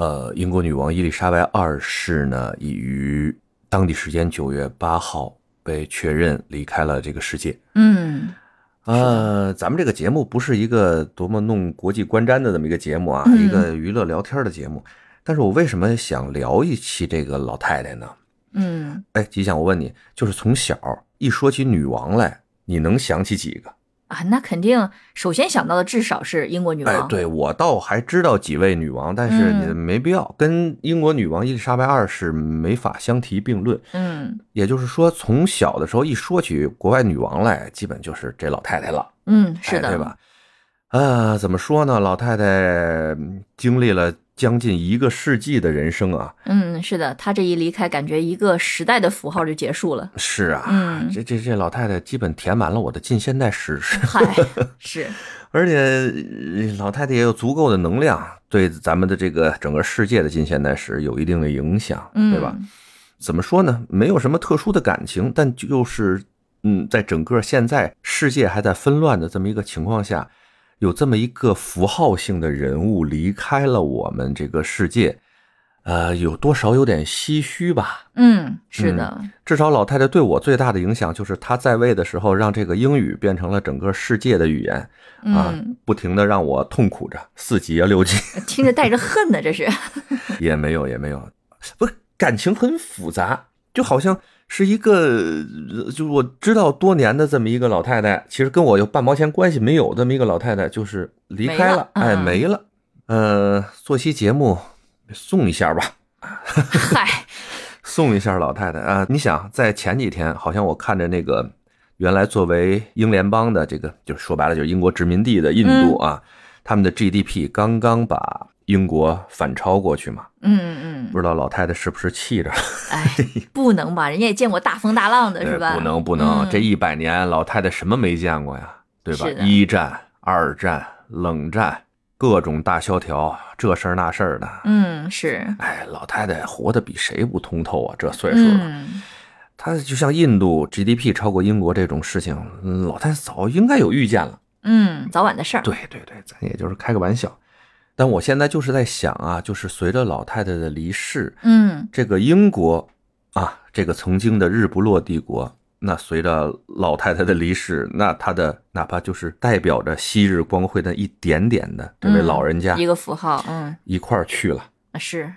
英国女王伊丽莎白二世呢，已于当地时间9月8号被确认离开了这个世界。咱们这个节目不是一个多么弄国际观瞻的这么一个节目啊，一个娱乐聊天的节目。但是我为什么想聊一期这个老太太呢？吉祥，我问你，就是从小一说起女王来，你能想起几个？ 那肯定首先想到的至少是英国女王。 对，我倒还知道几位女王，但是你没必要跟英国女王伊丽莎白二世没法相提并论。也就是说，从小的时候一说起国外女王来，基本就是这老太太了。 是的， 对吧？怎么说呢？老太太经历了将近1个世纪的人生啊。 是的，她这一离开，感觉一个时代的符号就结束了。 是啊，这老太太基本填满了我的近现代史。 嗨，是。 而且老太太也有足够的能量，对咱们的这个整个世界的近现代史有一定的影响，对吧？怎么说呢？没有什么特殊的感情，但就是在整个现在世界还在纷乱的这么一个情况下，有这么一个符号性的人物离开了我们这个世界，有多少有点唏嘘吧。 是的， 至少老太太对我最大的影响就是她在位的时候让这个英语变成了整个世界的语言。不停的让我痛苦着，4级啊6级， 听着带着恨呢，这是。 也没有，不是，感情很复杂，就好像是一个就是我知道多年的这么一个老太太，其实跟我有半毛钱关系没有这么一个老太太，就是离开了，没了。做期节目送一下吧。 嗨， 送一下老太太啊！你想，在前几天，好像我看着那个原来作为英联邦的这个，就是说白了就是英国殖民地的印度啊，他们的 GDP 刚刚把英国反超过去嘛。不知道老太太是不是气着？ 不能吧，人家也见过大风大浪的是吧？ 不能，这100年老太太什么没见过呀？对吧？1战、2战、冷战，各种大萧条，这事儿那事儿的。 是。 老太太活得比谁不通透啊？这岁数了。她就像印度 GDP 超过英国这种事情，老太太早应该有预见了。 早晚的事儿。 对，咱也就是开个玩笑。但我现在就是在想啊，就是随着老太太的离世，这个英国啊，这个曾经的日不落帝国，那随着老太太的离世，那她的哪怕就是代表着昔日光辉的一点点的这位老人家， 一个符号， 一块儿去了。 是。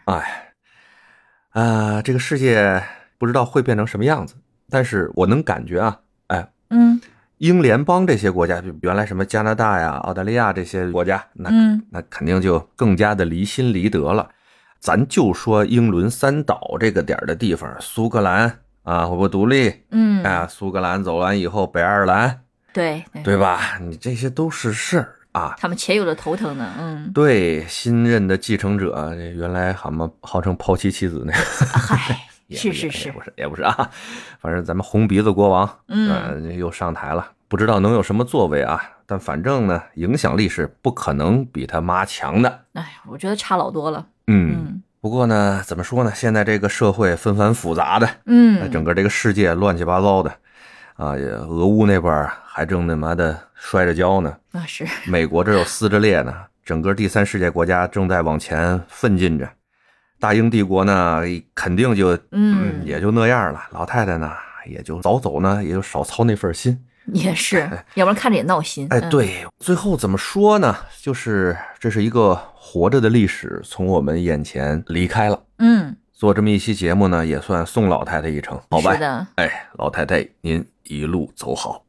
这个世界不知道会变成什么样子，但是我能感觉啊，英联邦这些国家，原来什么加拿大呀、澳大利亚这些国家，那肯定就更加的离心离德了。咱就说英伦三岛这个点的地方，苏格兰啊，会不独立，苏格兰走完以后，北爱尔兰，对吧？你这些都是事儿啊， 他们且有的头疼呢。 对，新任的继承者，原来号称抛妻弃子那个。 是， 也不是啊，反正咱们红鼻子国王，又上台了，不知道能有什么作为啊，但反正呢，影响力是不可能比他妈强的。 我觉得差老多了。 不过呢，怎么说呢？现在这个社会纷繁复杂的，整个这个世界乱七八糟的，俄乌那边还正他妈的摔着跤呢， 是美国这有撕着裂呢，整个第三世界国家正在往前奋进着。大英帝国呢，肯定就也就那样了。老太太呢，也就早走呢，也就少操那份心。 也是，要不然看着也闹心。 对，最后怎么说呢？就是这是一个活着的历史，从我们眼前离开了。做这么一期节目呢，也算送老太太一程，好吧？ 是的。 老太太您一路走好。